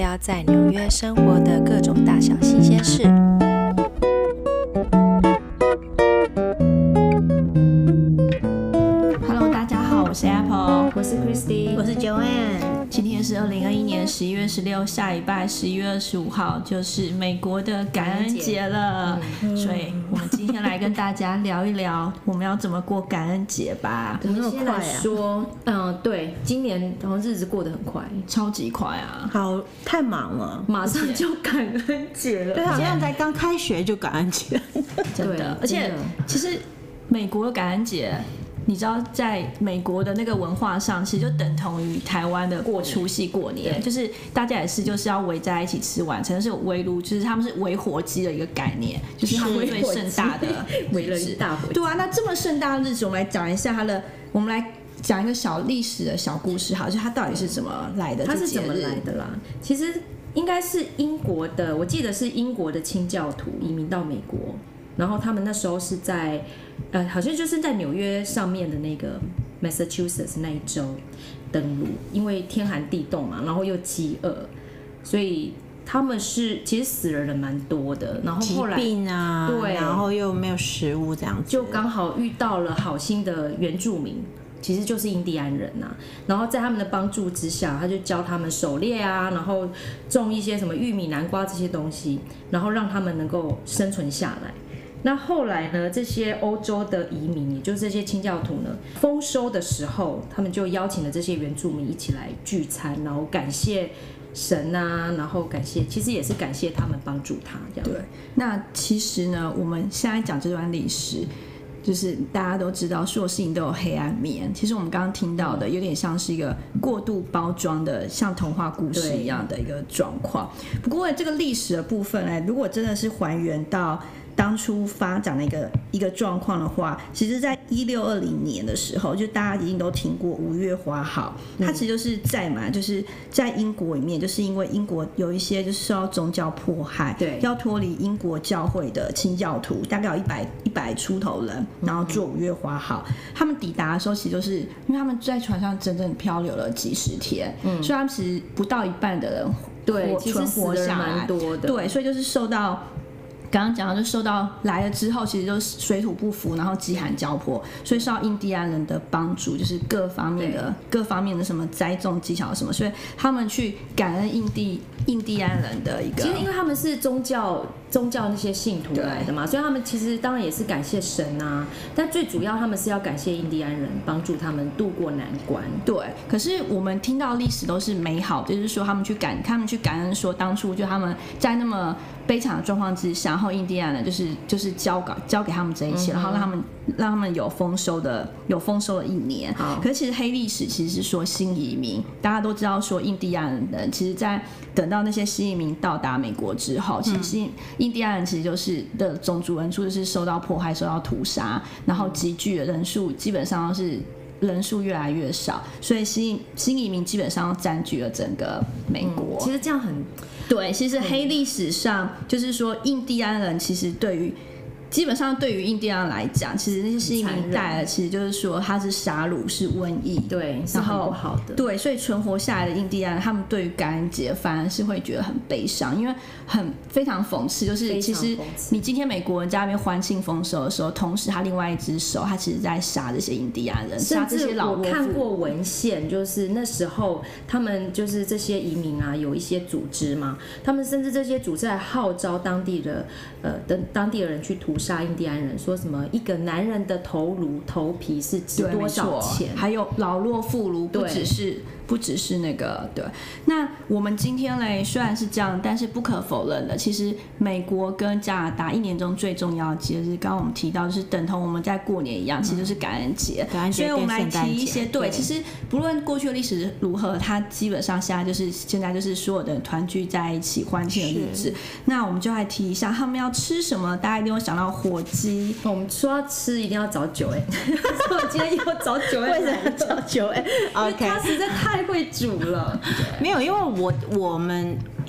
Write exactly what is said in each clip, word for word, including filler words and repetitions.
聊在纽约生活的各种大小新鲜事。 Hello， 大家好，我是 Apple， 我是 Christy， 我是 Joanne。 今天是二零二一年十一月十六，下礼拜十一月二十五号就是美国的感恩节了，嗯、所以我们今天来跟大家聊一聊我们要怎么过感恩节吧。 我们先来说，嗯、呃，对，今年好像日子过得很快， 超级快啊！ 好，太忙了， 马上就感恩节了。 对，好像才刚开学就感恩节， 真的。而且其实美国的感恩节。你知道，在美国的那个文化上，其实就等同于台湾的过除夕过年，就是大家也是就是要围在一起吃晚餐，是有围炉，就是他们是围火鸡的一个概念，就是他们最盛大的围了一大火鸡。 对啊，那这么盛大的日子，我们来讲一下它的，我们来讲一个小历史的小故事，好，就它到底是怎么来的？ 它是怎么来的啦？其实应该是英国的，我记得是英国的清教徒移民到美国。然后他们那时候是在，呃，好像就是在纽约上面的那个 Massachusetts 那一州登陆，因为天寒地冻嘛，然后又饥饿，所以他们是其实死了人蛮多的。然后后来疾病啊， 对， 然后又没有食物这样子， 就刚好遇到了好心的原住民。其实就是印第安人呐、啊，然后在他们的帮助之下，他就教他们狩猎啊，然后种一些什么玉米、南瓜这些东西，然后让他们能够生存下来。那后来呢，这些欧洲的移民，也就是这些清教徒呢，丰收的时候，他们就邀请了这些原住民一起来聚餐，然后感谢神啊，然后感谢，其实也是感谢他们帮助他这样。 对，那其实呢，我们现在讲这段历史。就是大家都知道，所有事情都有黑暗面。其实我们刚刚听到的，有点像是一个过度包装的，像童话故事一样的一个状况。不过这个历史的部分呢，如果真的是还原到当初发展的一个一个状况的话，其实在一六二零年的时候，就大家一定都听过五月花号，它其实就是在嘛，就是在英国里面，就是因为英国有一些就是受到宗教迫害， 对， 要脱离英国教会的清教徒，大概有一百一百出头人，然后坐五月花号。他们抵达的时候，其实就是因为他们在船上整整漂流了几十天，嗯，所以他们其实不到一半的人对存活下来， 蛮多的， 对，所以就是受到。刚刚讲到，就受到来了之后，其实就是水土不服，然后饥寒交迫，所以受到印第安人的帮助，就是各方面的各方面的什么栽种技巧什么，所以他们去感恩印第印第安人的一个。 其实因为他们是宗教宗教那些信徒来的嘛，所以他们其实当然也是感谢神啊，但最主要他们是要感谢印第安人帮助他们渡过难关。 对，可是我们听到历史都是美好的，就是说他们去感他们去感恩说当初就他们在那么悲惨的状况之下，然后印第安人就是就是交给交给他们这一切，嗯、然后让他们让他们有丰收的有丰收的一年。可是其实黑历史其实是说新移民，大家都知道说印第安人其实在等到那些新移民到达美国之后，其实印第安人其实就是的种族人数就是受到迫害、受到屠杀，然后急剧的人数基本上都是。人数越来越少，所以新新移民基本上占据了整个美国。 嗯、其实这样很对，其实黑历史上就是说，印第安人其实对于。基本上对于印第安人来讲，其实那些新移民带来，其实就是说它是杀戮，是瘟疫， 对， 然后不好的， 对，所以存活下来的印第安人，他们对于感恩节反而是会觉得很悲伤，因为很非常讽刺，就是其实你今天美国人在那边欢庆丰收的时候，同时他另外一只手，他其实在杀这些印第安人，杀这些老弱妇。 我看过文献，就是那时候他们就是这些移民啊，有一些组织嘛，他们甚至这些组织还号召当地的呃的当地的人去屠杀印第安人，说什么一个男人的头颅头皮是值多少钱？ 还有老弱妇孺，不只是不只是那个对。那我们今天嘞，虽然是这样，但是不可否认的，其实美国跟加拿大一年中最重要的节日，刚刚我们提到就是等同我们在过年一样，其实就是感恩节。 感恩节， 所以我们来提一些对， 对， 其实不论过去的历史如何，它基本上现在就是现在就是所有的人团聚在一起欢庆的日子。那我们就来提一下他们要吃什么，大家一定会想到火鸡。 我们说要吃一定要找九哎，所以我今天又找九哎， 为什么找九哎？ 因为他实在太会煮了。 没有，因为我我们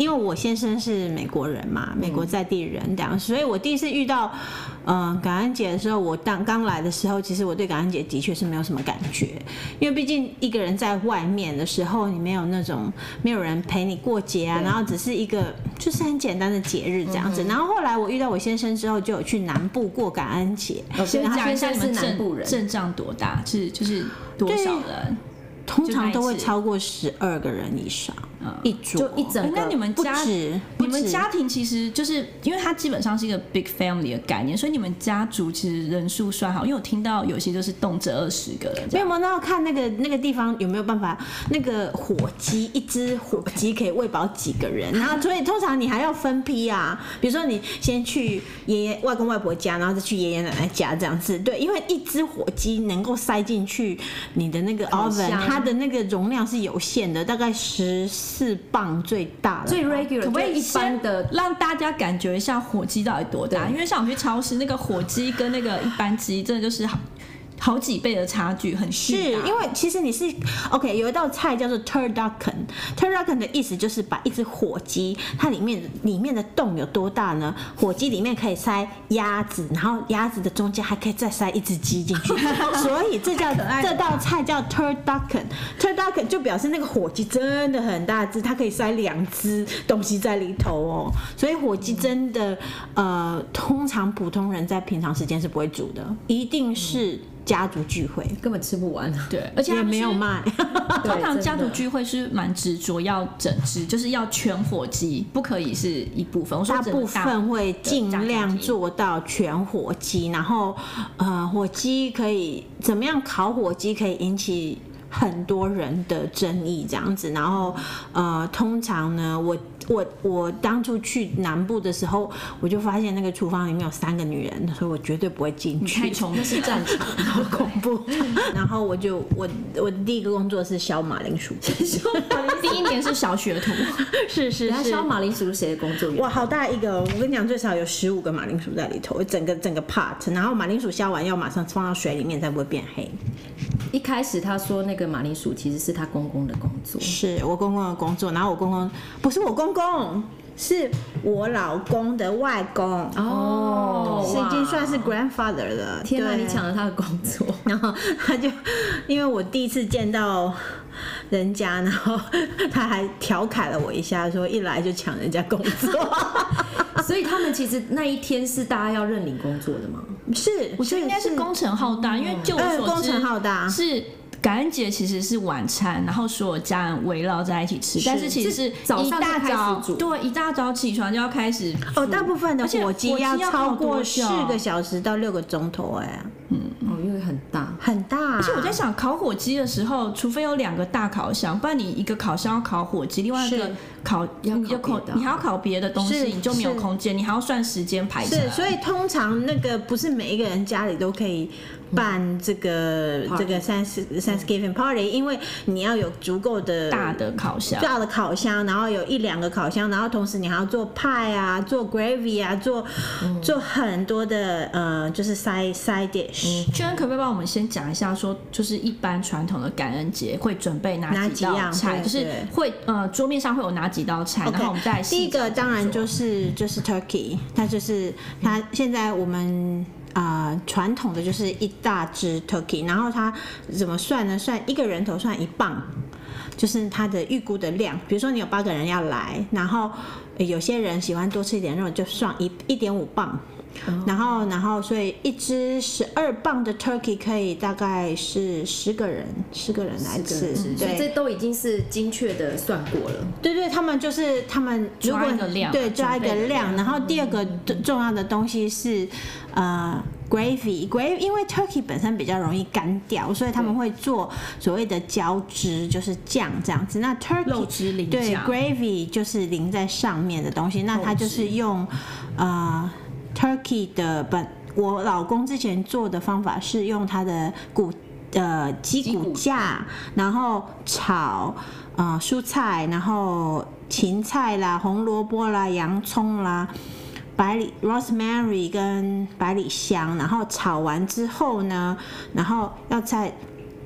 因为我先生是美国人嘛，美国在地人这样，所以我第一次遇到嗯、呃、感恩节的时候，我当刚来的时候，其实我对感恩节的确是没有什么感觉，因为毕竟一个人在外面的时候，你没有那种没有人陪你过节啊，然后只是一个就是很简单的节日这样子。嗯、然后后来我遇到我先生之后，就有去南部过感恩节。 先讲一下你们南部人阵仗多大，是就是多少人？ 通常都会超过十二个人以上，嗯、一桌就一整个。 那你们家，你们家庭其实就是因为它基本上是一个 big family 的概念，所以你们家族其实人数算好。因为我听到有些就是动辄二十个人。 没有，那要看那个那个地方有没有办法，那个火鸡一只火鸡可以喂饱几个人，然后所以通常你还要分批啊，比如说你先去爷爷外公外婆家，然后再去爷爷奶奶家这样子。对，因为一只火鸡能够塞进去你的那个 oven， 它的那个容量是有限的，大概十四磅最大的， 最 regular， 可不可以一般的让大家感觉一下火鸡到底多大？因为像我们去超市，那个火鸡跟那个一般鸡真的就是好好几倍的差距，很巨大。 是因为其实你是 OK， 有一道菜叫做 turducken，turducken 的意思就是把一只火鸡，它里面里面的洞有多大呢？火鸡里面可以塞鸭子，然后鸭子的中间还可以再塞一只鸡进去，所以这叫这道菜叫 turducken。turducken 就表示那个火鸡真的很大只，它可以塞两只东西在里头哦。所以火鸡真的呃，通常普通人在平常时间是不会煮的，一定是家族聚会， 根本吃不完。 对，而且也没有卖。 通常家族聚会是蛮执着要整只，就是要全火鸡，不可以是一部分。我说大部分会尽量做到全火鸡，然后呃，火鸡可以怎么样？烤火鸡可以引起很多人的争议这样子，然后呃，通常呢，我我我当初去南部的时候，我就发现那个厨房里面有三个女人，所以我绝对不会进去。 太冲击， 是战场， 好恐怖。然后我就我我第一个工作是削马铃薯， 第一年是小学徒， 是是是。 削马铃薯是谁的工作？ 哇，好大一个！我跟你讲，最少有十五个马铃薯在里头，整个整个 part。然后马铃薯削完要马上放到水里面，才不会变黑。 一开始他说那个马铃薯其实是他公公的工作， 是我公公的工作，然后我公公不是我公公，是我老公的外公哦， 是已经算是 grandfather 了。 天哪，你抢了他的工作， 然后他就因为我第一次见到人家，然后他还调侃了我一下，说一来就抢人家工作。 所以他们其实那一天是大家要认领工作的吗？ 是， 我觉得应该是工程浩大，因为就我所知， 工程浩大是感恩节其实是晚餐，然后所有家人围绕在一起吃，但是其实是一大早，对，一大早起床就要开始哦，大部分的火鸡要超过四个小时到六个钟头，哎， 嗯，哦，因为很大很大， 而且我在想，烤火鸡的时候，除非有两个大烤箱，不然你一个烤箱要烤火鸡，另外一个烤要烤你还要烤别的东西，你就没有空间，你还要算时间排起来。 是，所以通常那个不是每一个人家里都可以办这个、嗯、这个 Thanksgiving party， 因为你要有足够的大的烤箱， 大的烤箱，然后有一两个烤箱，然后同时你还要做派啊，做 gravy 啊，做、嗯、做很多的呃，就是 side side dish。 居然可不可以帮我们先讲一下说，就是一般传统的感恩节会准备哪几道菜？就是会呃桌面上会有哪几道菜？ Okay, 然后我们再第一个当然就是就是 turkey， 它就是它现在我们。啊，传统的就是一大只 turkey， 然后它怎么算呢？算一个人头算一磅，就是它的预估的量。比如说你有八个人要来，然后有些人喜欢多吃一点肉，就算一一点五磅。然后，然后，所以一只十二磅的 turkey 可以大概是十个人，十个人来吃， 所以这都已经是精确的算过了。 对对，他们就是他们如果抓一个量， 对抓一个量，然后第二个重要的东西是呃 gravy gravy， 因为 turkey 本身比较容易干掉，所以他们会做所谓的浇汁，就是酱这样子。那 turkey 肉汁淋对 gravy 就是淋在上面的东西，那它就是用呃。Turkey 的本，我老公之前做的方法是用他的骨呃鸡骨架，然后炒呃蔬菜，然后芹菜啦、红萝卜啦、洋葱啦、百里 rosemary 跟百里香，然后炒完之后呢，然后要再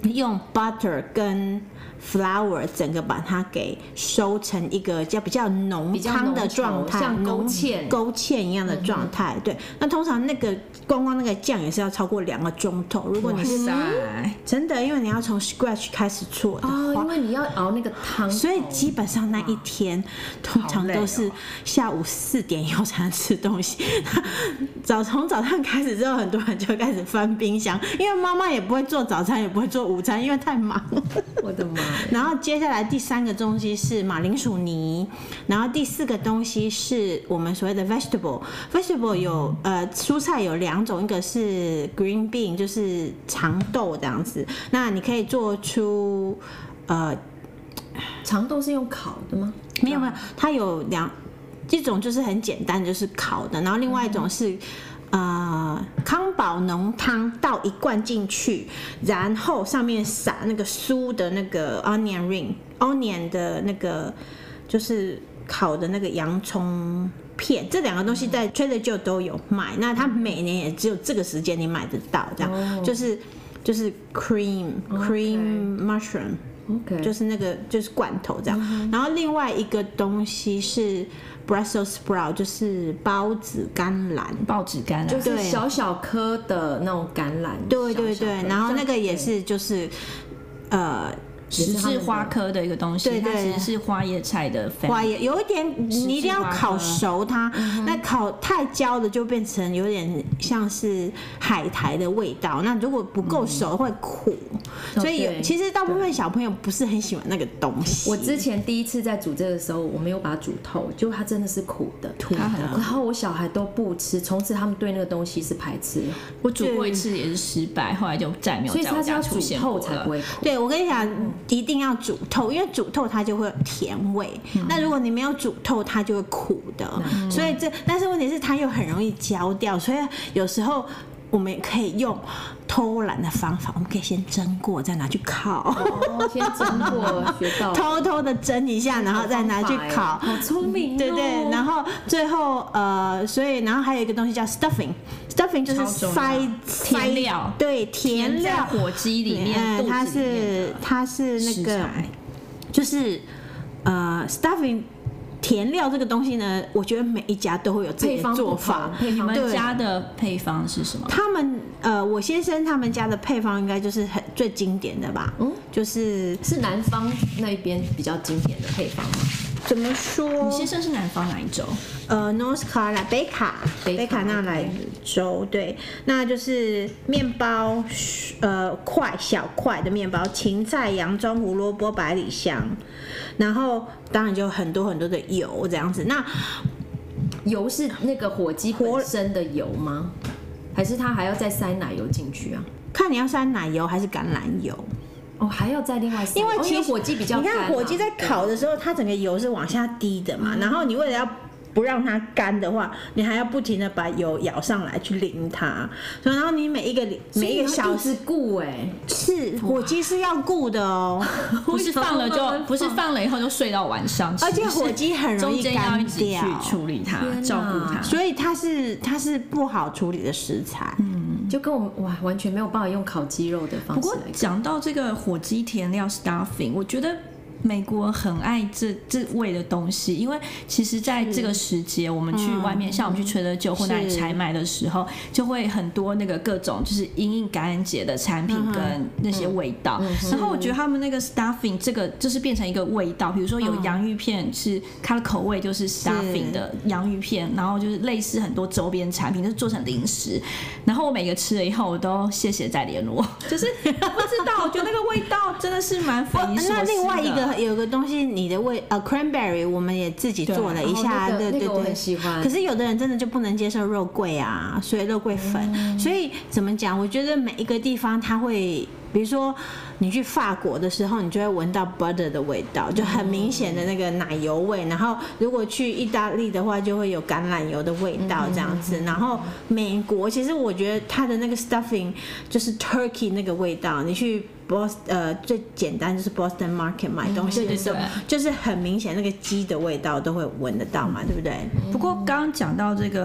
用 butter 跟 flour 整个把它给收成一个叫比较浓汤的状态， 像勾芡勾芡一样的状态。嗯、对，那通常那个光光那个酱也是要超过两个钟头。如果你是真的，因为你要从 scratch 开始做的话， 哦，因为你要熬那个汤， 所以基本上那一天通常都是下午四点以后才能吃东西。早从早上开始之后，很多人就开始翻冰箱，因为妈妈也不会做早餐，也不会做午餐，因为太忙了。 我的妈！ 然后接下来第三个东西是马铃薯泥，然后第四个东西是我们所谓的 vegetable。vegetable 有呃蔬菜有两种，一个是 green bean， 就是长豆这样子。那你可以做出呃长豆是用烤的吗？ 没有没有，它有两一种就是很简单，就是烤的，然后另外一种是。呃，康宝浓汤倒一罐进去，然后上面撒那个酥的那个 onion ring，onion 的那个就是烤的那个洋葱片，这两个东西在 Trader Joe 都有卖。那它每年也只有这个时间你买得到，这样、oh. 就是就是 cream cream mushroom，OK，、okay. 就是那个就是罐头这样。Mm-hmm. 然后另外一个东西是。Brussels sprout 就是包子甘蓝， 报纸甘蓝就是小小颗的那种橄榄， 对对对，然后那个也是就是呃。 只是花科的一个东西，对对，它其实是花叶菜的花叶，有一点你一定要烤熟它，嗯、那烤太焦的就变成有点像是海苔的味道，那如果不够熟会苦，嗯、所以其实大部分小朋友不是很喜欢那个东西。 我之前第一次在煮这个的时候，我没有把它煮透，结果它真的是苦的， 苦的， 然后我小孩都不吃，从此他们对那个东西是排斥。 我煮过一次也是失败，后来就再没有在我家出现过了。 所以它是要煮透才不会苦。 对，我跟你讲。嗯一定要煮透，因为煮透它就会有甜味。嗯、那如果你没有煮透，它就会苦的。嗯、所以这，但是问题是它又很容易焦掉，所以有时候我们也可以用偷懒的方法，我们可以先蒸过，再拿去烤。 哦，先蒸过，学到。 偷偷的蒸一下，然后再拿去烤。 好聪明、哦。 对对，然后最后呃，所以然后还有一个东西叫 stuffing。stuffing 就是塞填料， 对，填料在火鸡里面， 嗯、它是它是那个就是呃 stuffing。填料这个东西呢，我觉得每一家都会有自己的做法。 你们家的配方是什么？ 他们呃，我先生他们家的配方应该就是很最经典的吧？嗯，就是是南方那边比较经典的配方吗？ 怎么说？ 你先生是南方哪一州？ 呃 ，North Carolina 北卡，北卡那来州。对，那就是面包，呃，块小块的面包，芹菜、洋葱、胡萝卜、百里香，然后当然就很多很多的油这样子。那油是那个火鸡本身的油吗？还是它还要再塞奶油进去啊？ 看你要塞奶油还是橄榄油。 哦，还要再另外塞， 因为其实火鸡比较干、啊， 你看火鸡在烤的时候，它整个油是往下滴的嘛，嗯、然后你为了要不让它干的话，你还要不停的把油舀上来去淋它，所以然后你每一个每一个小时顾哎， 是火鸡是要顾的哦， 不是放了就不是放了以后就睡到晚上， 而且火鸡很容易干掉， 去处理它，照顾它， 所以它是它是不好处理的食材， 嗯，就跟我们哇完全没有办法用烤鸡肉的方式来。不过讲到这个火鸡填料 stuffing， 我觉得。美国很爱这这味的东西，因为其实在这个时节，我们去外面，嗯、像我们去Trader Joe或那里采买的时候，就会很多那个各种就是因应感恩节的产品跟那些味道。嗯、然后我觉得他们那个 stuffing 这个就是变成一个味道，比如说有洋芋片是它的口味就是 stuffing 的洋芋片，然后就是类似很多周边产品，就是做成零食。然后我每个吃了以后，我都谢谢再联络，就是不知道，我觉得那个味道真的是蛮匪夷所思的。 那另外一个。有个东西，你的味呃 cranberry 我们也自己做了一下，对对对， 我很喜欢。 可是有的人真的就不能接受肉桂啊，所以肉桂粉。嗯、所以怎么讲？我觉得每一个地方它会，比如说你去法国的时候，你就会闻到 butter 的味道，就很明显的那个奶油味。然后如果去意大利的话，就会有橄榄油的味道这样子。然后美国其实我觉得它的那个 stuffing 就是 turkey 那个味道，你去。Boston 呃最简单就是 Boston Market 买东西的时候，嗯、对对对就是很明显那个鸡的味道都会闻得到嘛，对不对？ 不过刚刚讲到这个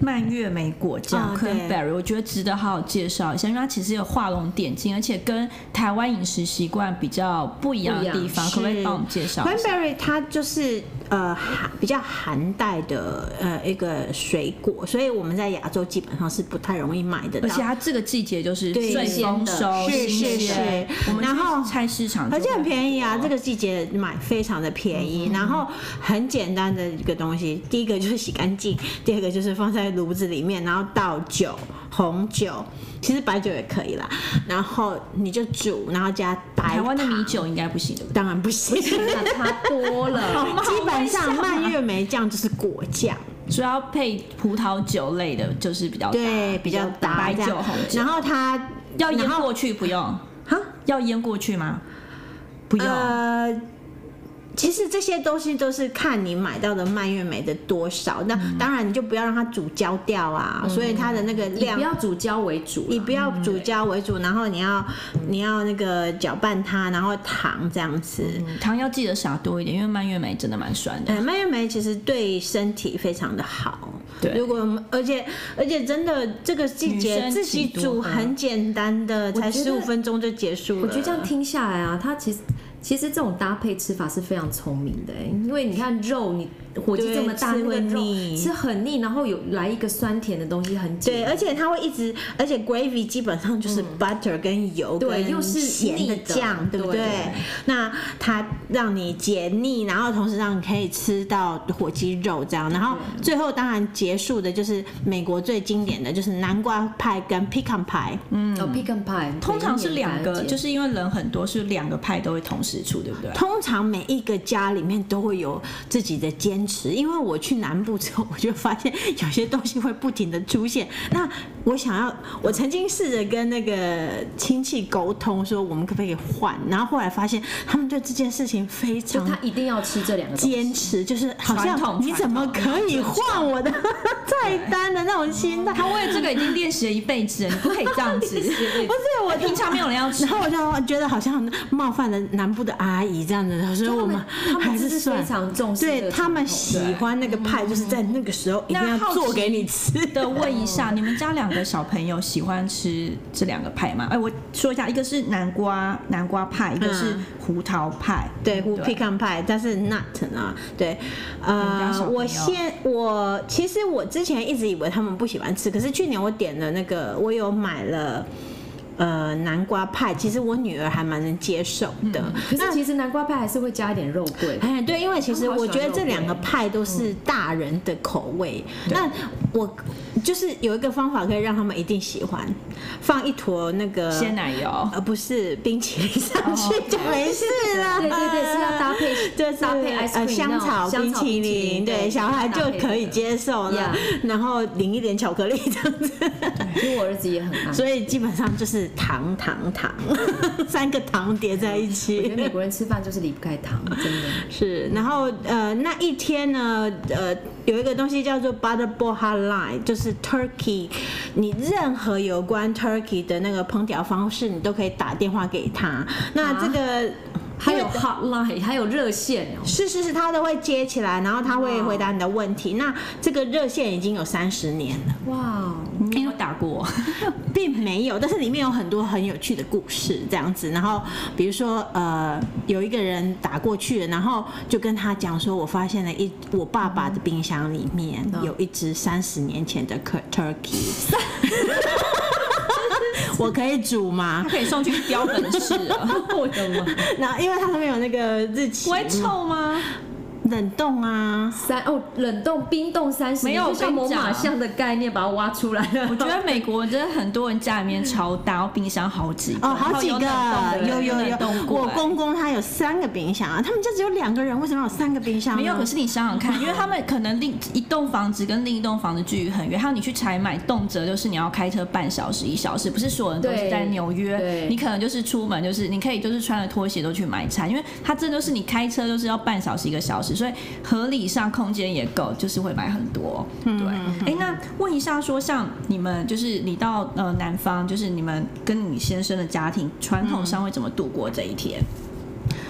蔓越莓果酱 cranberry，、 哦、 我觉得值得好好介绍一下，因为它其实有画龙点睛，而且跟台湾饮食习惯比较不一样的地方，可不可以帮我们介绍一下 ？cranberry 它就是呃比较寒带的呃一个水果，所以我们在亚洲基本上是不太容易买得到， 而且它这个季节就是最丰收， 是是是。 我们然后菜市场而且很便宜啊，这个季节买非常的便宜，嗯、然后很简单的一个东西，第一个就是洗干净，第二个就是放在炉子里面，然后倒酒，红酒，其实白酒也可以啦，然后你就煮，然后加白糖。 台湾的米酒应该不行，对不对？ 当然不行， 差多了。 基本上蔓越莓酱就是果酱。 所以要配葡萄酒类的，就是比较对比较搭白酒、红酒。 然后它要腌过去不用？ 哈， 要腌过去吗？不用。 呃，其实这些东西都是看你买到的蔓越莓的多少。那当然你就不要让它煮焦掉啊，嗯、所以它的那个量， 以不要煮焦为主， 你不要煮焦为主，然后你要你要那个搅拌它，然后糖这样子。 嗯、糖要记得撒多一点，因为蔓越莓真的蛮酸的。 呃，蔓越莓其实对身体非常的好。 对， 如果而且而且真的这个季节自己煮很简单的，才十五分钟就结束了。 我觉得这样听下来啊，它其实其实这种搭配吃法是非常聪明的，因为你看肉你。火鸡这么大，那个肉吃很腻，然后有来一个酸甜的东西，很对，而且它会一直，而且 gravy 基本上就是 butter 跟油， 对，又是咸的酱，对不对？那它让你解腻，然后同时让你可以吃到火鸡肉这样，然后最后当然结束的就是美国最经典的就是南瓜派跟 pecan 派， 嗯，哦 pecan 派， 通常是两个，就是因为人很多，是两个派都会同时出，对不对？ 通常每一个家里面都会有自己的煎。因为我去南部之后，我就发现有些东西会不停的出现。那我想要，我曾经试着跟那个亲戚沟通，说我们可不可以换，然后后来发现他们对这件事情非常， 就他一定要吃这两个坚持，就是好像你怎么可以换我的菜单的那种心态。 他为了这个已经练习了一辈子，你不可以这样子。不是我平常没有人要吃， 然后我就觉得好像冒犯了南部的阿姨这样子，所以我们还是非常重视， 对他们。喜欢那个派，就是在那个时候一定要做给你吃的。问一下，你们家两个小朋友喜欢吃这两个派吗？哎，我说一下，一个是南瓜南瓜派，一个是胡桃派。 嗯、对，胡 pecan 派，但是 nut 啊，对，呃，我先我其实我之前一直以为他们不喜欢吃，可是去年我点了那个，我有买了。呃，南瓜派其实我女儿还蛮能接受的、嗯， 可是其实南瓜派还是会加一点肉桂。 哎，对，因为其实我觉得这两个派都是大人的口味。嗯、那我就是有一个方法可以让他们一定喜欢，放一坨那个鲜奶油， 呃，不是冰淇淋上去就没事了。 对对对，是要搭配， 就是搭配呃香草冰淇淋，对，小孩就可以接受了。然后淋一点巧克力这样子， 因为我儿子也很爱， 所以基本上就是。糖糖糖，三个糖叠在一起。 我觉得美国人吃饭就是离不开糖，真的是。然后呃，那一天呢，呃，有一个东西叫做 Butterball Hotline， 就是 Turkey， 你任何有关 Turkey 的那个烹调方式，你都可以打电话给他。那这个。啊还有 hotline， 还有热线哦。 是是是，他都会接起来，然后他会回答你的问题。那这个热线已经有三十年了。 哇， 你有打过？ 并没有，但是里面有很多很有趣的故事，这样子。然后比如说，呃，有一个人打过去了，然后就跟他讲说，我发现了一我爸爸的冰箱里面有一只三十年前的 turkey。我可以煮吗？ 他可以送去标本室了。 我的妈！ 那因为它上面有那个日期， 不会臭吗？ 冷冻啊， 三哦，冷冻冰冻三十， 没有， 就像猛犸象的概念，把它挖出来了。 我觉得美国真的很多人家里面超大，然后冰箱好几个， 哦，好几个，有有有。我公公他有三个冰箱啊，他们家只有两个人，为什么有三个冰箱？ 没有，可是你想想看，因为他们可能另一栋房子跟另一栋房子距离很远，还有你去采买，动辄就是你要开车半小时一小时，不是所有人都是在纽约，你可能就是出门就是你可以就是穿着拖鞋都去买菜，因为它真的就是你开车就是要半小时一个小时，所以合理上空间也够，就是会买很多。对，哎、嗯欸，那问一下说，像你们就是你到呃南方，就是你们跟你先生的家庭传统上会怎么度过这一天？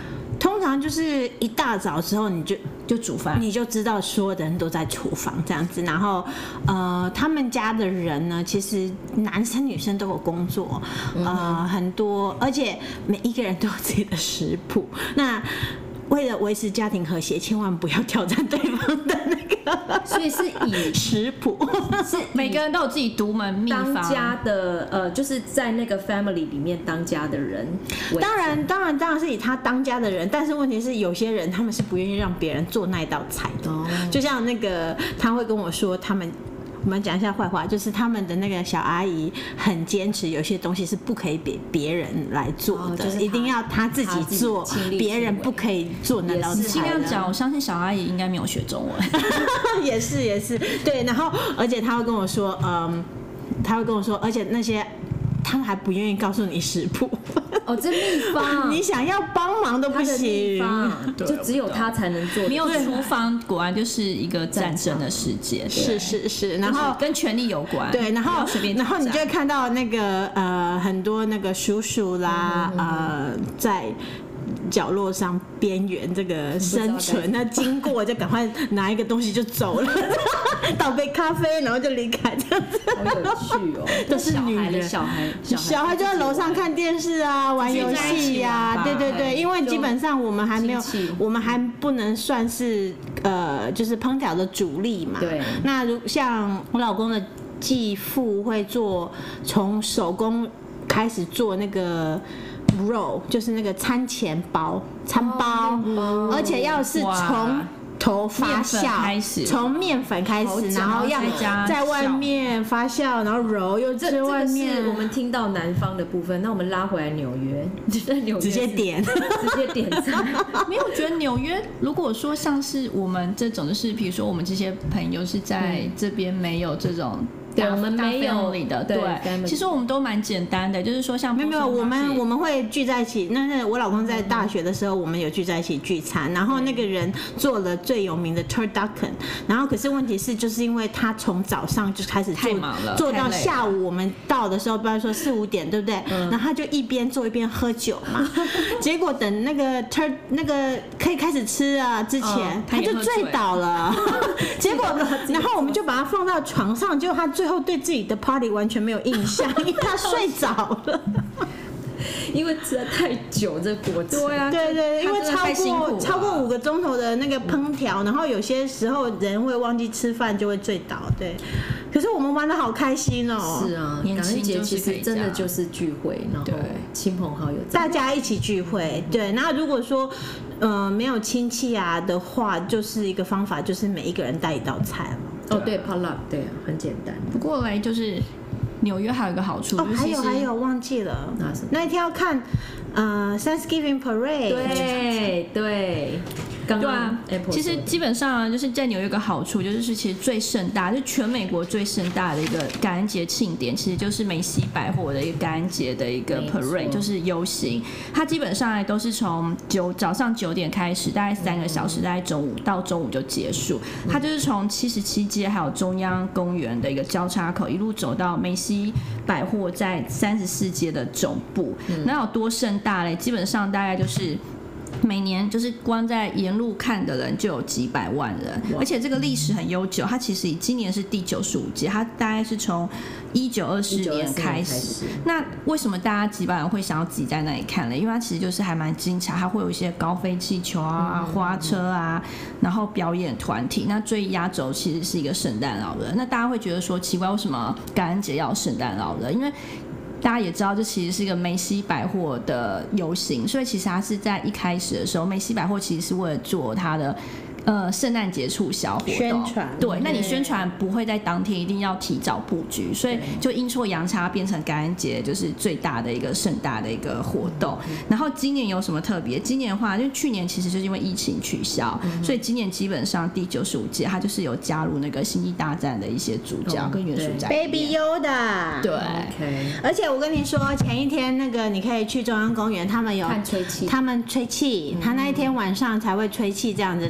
通常就是一大早之后你就就煮饭， 你就知道所有的人都在厨房这样子。然后呃，他们家的人呢，其实男生女生都有工作，呃，很多，而且每一个人都有自己的食谱。那为了维持家庭和谐，千万不要挑战对方的那个， 所以是以食谱， 是每个人都有自己独门秘方。 当家的呃，就是在那个 family 里面当家的人为主。 当然，当然，当然是以他当家的人，但是问题是，有些人他们是不愿意让别人做那一道菜的。 哦就像那个，他会跟我说，他们。我们讲一下坏话，就是他们的那个小阿姨很坚持，有些东西是不可以别别人来做的， 哦就是一定要他自己做，别人不可以做那道菜。 尽量讲，我相信小阿姨应该没有学中文。 也是也是，对。然后，而且他会跟我说，嗯，他会跟我说，而且那些他们还不愿意告诉你食谱。 哦，这秘方， 你想要帮忙都不行， 就只有他才能做。 没有厨房，果然就是一个战争的世界。 是是是，然后跟权力有关。 对，然后然后你就会看到那个呃很多那个叔叔啦，呃在角落上边缘这个生存，那经过就赶快拿一个东西就走了，倒杯咖啡，然后就离开这样子。 好有趣哦， 都是女人， 小孩小孩就在楼上看电视啊，玩游戏呀，对对对，因为基本上我们还没有，我们还不能算是呃，就是烹调的主力嘛。 对。 那如像我老公的继父会做，从手工开始做那个。肉就是那个餐前包、餐包，哦、而且要是从头发酵，从面粉开始，然后要在外面发酵，然后揉又吃外面。 这个是我们听到南方的部分，那我们拉回来纽约，在纽约直接点， 直接点餐。 没有，我觉得纽约如果说像是我们这种，就是比如说我们这些朋友是在这边没有这种。 对，我们没有的，对，其实我们都蛮简单的，就是说像没有没有，我们我们会聚在一起。那是我老公在大学的时候，我们有聚在一起聚餐，然后那个人做了最有名的 turducken， 然后可是问题是，就是因为他从早上就开始做，做到下午我们到的时候，不然说四五点，对不对？然后他就一边做一边喝酒嘛，结果等那个 tur 那个可以开始吃啊之前，他就醉倒了，结果然后我们就把他放到床上，结果他最后对自己的 party 完全没有印象，因为他睡着了。 因为吃了太久这过程， 对啊， 对对，因为超过超过五个钟头的那个烹调，然后有些时候人会忘记吃饭就会醉倒，对。可是我们玩得好开心哦！ 是啊，感恩节其实真的就是聚会，然后亲朋好友大家一起聚会，对。那如果说呃没有亲戚啊的话，就是一个方法，就是每一个人带一道菜了。 哦，对 potluck， 对啊，很简单。 不过来就是纽约还有一个好处， 哦，还有还有忘记了，那一天要看呃 Thanksgiving Parade， 对对。 对啊，其实基本上就是在纽约有个好处，就是其实最盛大，就全美国最盛大的一个感恩节庆典，其实就是梅西百货的一个感恩节的一个 parade， 就是游行。它基本上都是从九早上九点开始，大概三个小时，大概中午到中午就结束。它就是从七十七街还有中央公园的一个交叉口，一路走到梅西百货在三十四街的总部。那有多盛大嘞？基本上大概就是。每年就是光在沿路看的人就有几百万人，而且这个历史很悠久。它其实以今年是第九十五届，它大概是从一九二四年开始。那为什么大家几百人会想要挤在那里看呢？因为它其实就是还蛮精彩，它会有一些高飞气球啊、花车啊，然后表演团体。那最压轴其实是一个圣诞老人。那大家会觉得说奇怪，为什么感恩节要圣诞老人？因为大家也知道，这其实是一个梅西百货的游行，所以其实它是在一开始的时候，梅西百货其实是为了做它的呃圣诞节促销活动宣传。 对，那你宣传不会在当天，一定要提早布局，所以就阴错阳差变成感恩节就是最大的一个盛大的一个活动。然后今年有什么特别？今年的话，因为去年其实就是因为疫情取消，所以今年基本上第九十五届它就是有加入那个星际大战的一一些主角跟元素在里面。 Baby Yoda。 对。 Okay. 而且我跟你说，前一天那个你可以去中央公园，他们有看吹气， 他们吹气，他那一天晚上才会吹气这样子，然后。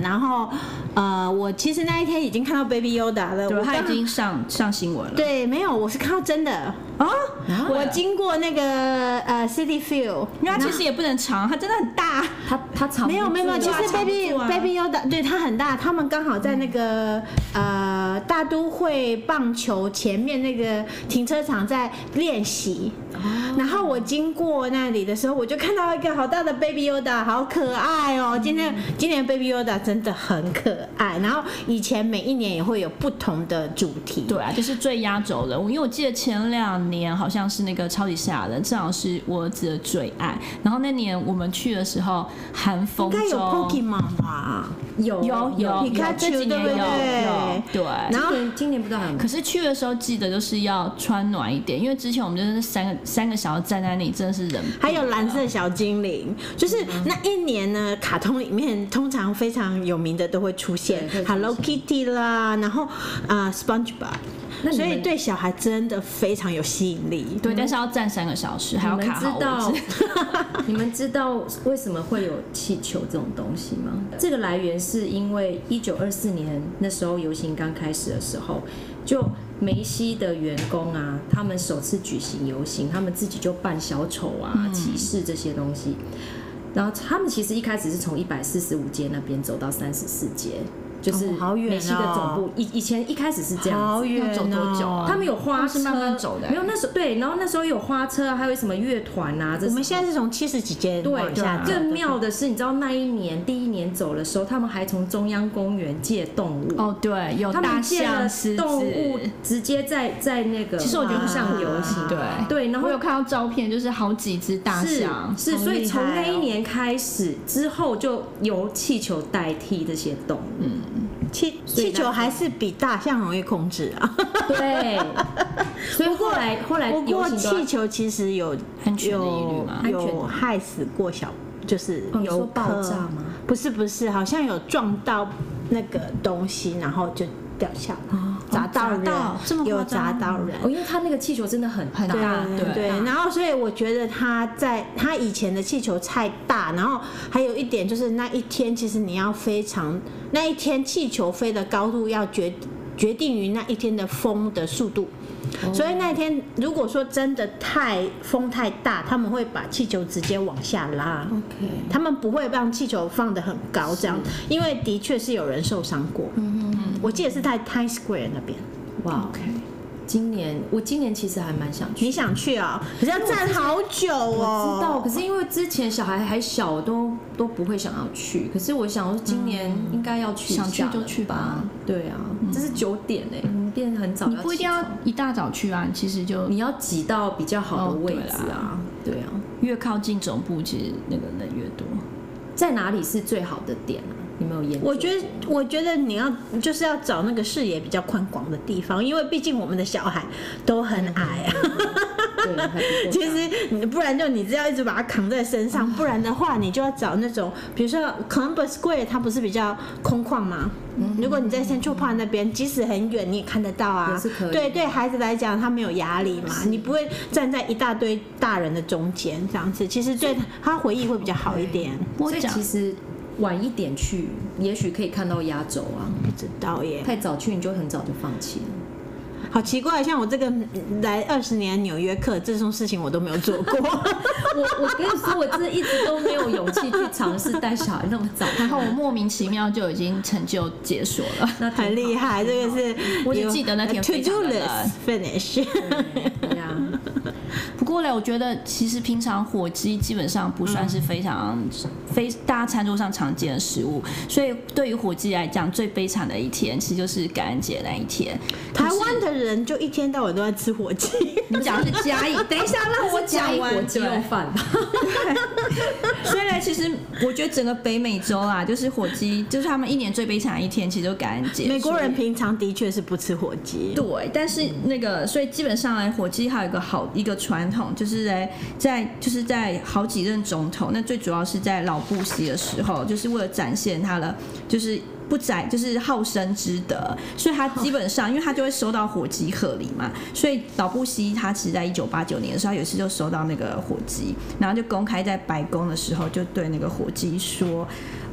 后呃，我其实那一天已经看到 Baby Yoda 了， 对， 我刚他已经上上新闻了。 对，没有，我是看到真的啊， 我经过那个呃 City Field， 因为它其实也不能长，它真的很大。 他他藏没有没有没有，其实 Baby 啊 Baby Yoda 对它很大，他们刚好在那个、嗯、呃大都会棒球前面那个停车场在练习。哦、然后我经过那里的时候，我就看到一个好大的 Baby Yoda， 好可爱哦！今天、嗯、今年 Baby Yoda 真的很可爱。然后以前每一年也会有不同的主题。 对啊，就是最压轴的。因为我记得前两年好像是那个超级赛亚人，正好是我儿子的最爱。然后那年我们去的时候，寒风中应该有 Pokemon 吧？ 有有有皮卡丘，对不对？ 有对。 然后今年今年不知道还有没有。 可是去的时候记得就是要穿暖一点，因为之前我们就是三个三个小时站在那里，真的是忍不了。 还有蓝色小精灵，就是那一年呢，卡通里面通常非常有名的都会出现 Hello Kitty 啦，然后啊、呃、SpongeBob。所以对小孩真的非常有吸引力。 对，但是要站三个小时，还要卡好位置。 你们知道为什么会有气球这种东西吗？这个来源是因为一九二四年那时候游行刚开始的时候，就梅西的员工啊，他们首次举行游行，他们自己就扮小丑啊、骑士这些东西。然后他们其实一开始是从一百四十五街那边走到三十四街。就是梅西的总部，以、哦、以前一开始是这样子， 好远哦， 要走多久？ 他们有花车， 是慢慢走的。 没有那时候对，然后那时候有花车，还有什么乐团啊。 我们现在是从七十几街往下走。 更妙的是，你知道那一年第一年走的时候，他们还从中央公园借动物。 哦，对，有大象、狮子， 动物直接在在那个其实我觉得上游行。 对对，然后我有看到照片，就是好几只大象。 是，是所以从那一年开始之后，就由气球代替这些动物。嗯。 气气球还是比大象容易控制啊， 对，所以后来后来不过气球其实有安全的疑虑嘛， 有害死过小，就是有爆炸吗？ 不是不是，好像有撞到那个东西，然后就掉下来。砸到人，有砸到人哦，因为他那个气球真的很很大， 对对。然后，所以我觉得他在他以前的气球太大，然后还有一点就是那一天，其实你要非常那一天气球飞的高度要决决定于那一天的风的速度。所以那一天如果说真的太风太大，他们会把气球直接往下拉。 OK， 他们不会让气球放得很高，这样，因为的确是有人受伤过。嗯嗯嗯，我记得是在 Times Square 那边。 哇 ，OK。今年我今年其实还蛮想去， 你想去啊、哦？可是要站好久哦。 我知道，可是因为之前小孩还小，我都都不会想要去。可是我想说，今年应该要去一下、嗯， 想去就去吧。 对啊，嗯、这是九点哎、欸，我们店很早要起床， 你不一定要一大早去啊，其实就你要挤到比较好的位置啊。哦、对, 对啊， 越靠近总部，其实那个人越多。 在哪里是最好的点啊？你没有研究？ 我觉得，我觉得你要就是要找那个视野比较宽广的地方，因为毕竟我们的小孩都很矮啊。 对， 其实你不然就你只要一直把它扛在身上，不然的话你就要找那种，比如说 Columbus Square， 它不是比较空旷吗？嗯、如果你在 Central Park 那边，即使很远你也看得到啊。 是可以。 对对，孩子来讲他没有压力嘛，你不会站在一大堆大人的中间这样子，其实对他回忆会比较好一点。 所以其实。晚一点去，也许可以看到压轴啊。 不知道耶。 太早去你就很早就放弃了。 好奇怪，像我这个来二十年纽约客，这种事情我都没有做过。 我我跟你说，我真的一直都没有勇气去尝试带小孩那么早。 然后我莫名其妙就已经成就解锁了， 那很厉害。这个是我只记得那天非常的 finish。 对呀。 不过呢，我觉得其实平常火鸡基本上不算是非常、嗯、非大家餐桌上常见的食物，所以对于火鸡来讲，最悲惨的一天其实就是感恩节那一天。 台湾的人就一天到晚都在吃火鸡。 你讲的是嘉义，等一下让我讲完。 火鸡肉饭吧。 所以呢，其实我觉得整个北美洲啦，就是火鸡，就是他们一年最悲惨的一天，其实就感恩节。 美国人平常的确是不吃火鸡。 对，但是那个，所以基本上呢，火鸡还有一个好一个传统，就是呢，在就是在好几任总统，那最主要是在老布希的时候，就是为了展现他的就是不宰，就是好生之德，所以他基本上，因为他就会收到火鸡贺礼嘛，所以老布希他其实在一九八九年的时候，他有一次就收到那个火鸡，然后就公开在白宫的时候，就对那个火鸡说：“哦。”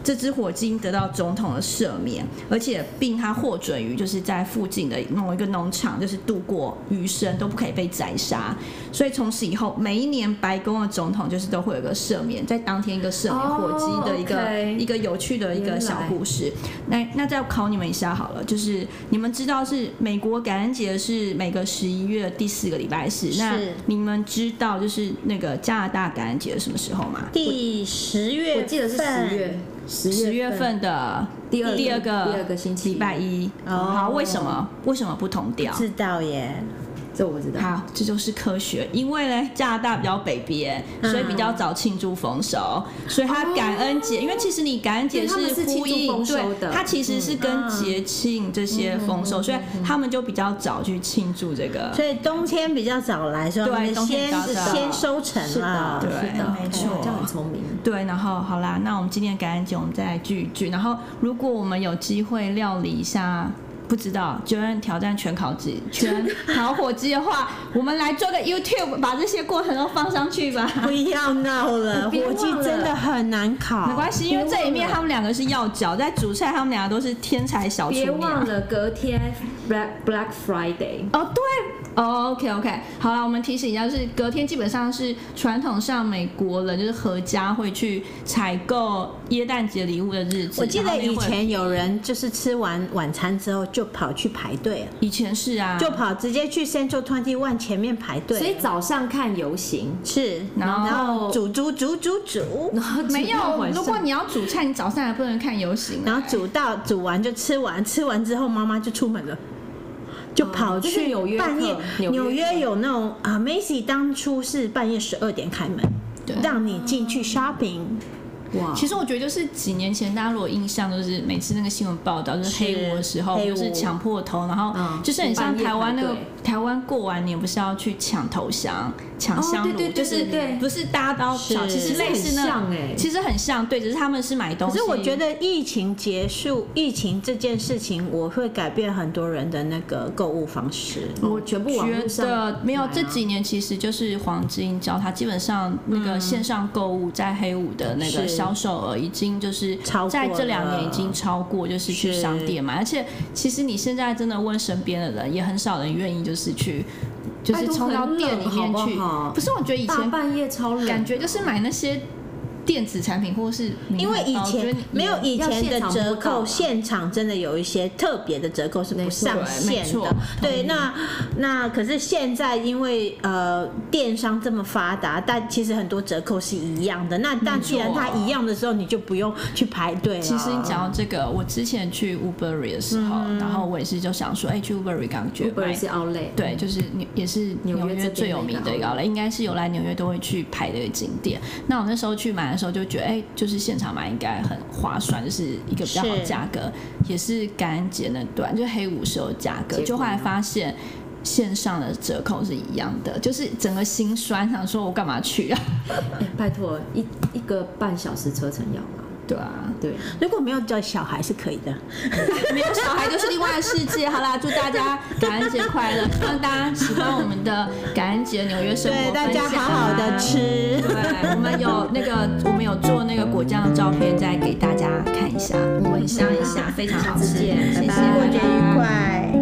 这只火鸡得到总统的赦免，而且并他获准于就是在附近的某一个农场，就是度过余生都不可以被宰杀。所以从此以后，每一年白宫的总统就是都会有个赦免，在当天一个赦免火鸡的一个、 oh, okay. 一个有趣的一个小故事。那那再考你们一下好了，就是你们知道是美国感恩节是每个十一月第四个礼拜四，那你们知道就是那个加拿大感恩节是什么时候吗？ 第十月份， 我记得是十月。 十月份的第二第二个第二个星期礼拜一。 哦， 好，为什么为什么不同调？ 不知道耶。 这我知道。 好，这就是科学。因为呢，加拿大比较北边，所以比较早庆祝丰收，所以它感恩节，因为其实你感恩节是呼应，对，它其实是跟节庆这些丰收，所以他们就比较早去庆祝这个。 所以冬天比较早来，所以他们先先收成了。 对，没错， 这样很聪明。 对，然后好啦，那我们今天感恩节我们再来聚一聚，然后如果我们有机会料理一下。不知道九人挑战全烤鸡、全烤火鸡的话，我们来做个 YouTube， 把这些过程都放上去吧。 不要闹了，火鸡真的很难烤。 没关系，因为这里面他们两个是要角，在煮菜他们两个都是天才小厨。 别忘了隔天 Black Black Friday。 哦，对。哦 ，OK OK， 好了，我们提醒一下，就是隔天基本上是传统上美国人就是合家会去采购耶诞节礼物的日子。 我记得以前有人就是吃完晚餐之后就跑去排队了。 以前是啊， 就跑直接去 Central Twenty One 前面排队。 所以早上看游行是，然后然后煮煮煮煮煮， 然后没有。如果你要煮菜，你早上还不能看游行、欸。 然后煮到煮完就吃完，吃完之后妈妈就出门了。就跑去纽约， 半夜纽约有那种啊 ，Macy 当初是半夜十二点开门，让你进去 shopping。 哇！其实我觉得就是几年前，大家如果印象就是每次那个新闻报道就是黑五的时候，就是抢破头，然后就是很像台湾那个台湾过完年不是要去抢头香、抢香炉，就是不是大家都要抢，其实类似那，其实很像，对，只是他们是买东西。 可是我觉得疫情结束，疫情这件事情，我会改变很多人的那个购物方式。 我全部网络上觉得没有，这几年其实就是黄金交叉，基本上那个线上购物在黑五的那个销售额已经就是在这两年已经超过就是去商店买，而且其实你现在真的问身边的人，也很少人愿意就是去就是冲到店里面去。不是，我觉得以前大半夜超冷， 感觉就是买那些电子产品或是因为以前没有以前的折扣，现场真的有一些特别的折扣是不上线的。对，那那可是现在因为呃电商这么发达，但其实很多折扣是一样的。那但既然它一样的时候，你就不用去排队了。 其实你讲到这个，我之前去 Woodbury 的时候，嗯、然后我也是就想说，哎、欸，去 Woodbury 感觉 Woodbury 是 Outlet， 对，就是也是纽约最有名的一个 Outlet， 应该是有来纽约都会去排的一个景点。那我那时候去买的时候就觉得，哎、欸，就是现场买应该很划算，就是一个比较好的价格，也是感恩节那段，就黑五时候的价格，就后来发现线上的折扣是一样的，就是整个心酸，想说我干嘛去啊？ 欸、拜托，一一个半小时车程要吗？ 对啊， 对， 如果没有叫小孩是可以的， 没有小孩就是另外的世界。好啦，祝大家感恩节快乐，希望大家喜欢我们的感恩节纽约生活分享， 对大家好好的吃。 对，我们有那个我们有做那个果酱的照片，再给大家看一下，闻香一下，非常好吃。谢谢， 过节愉快。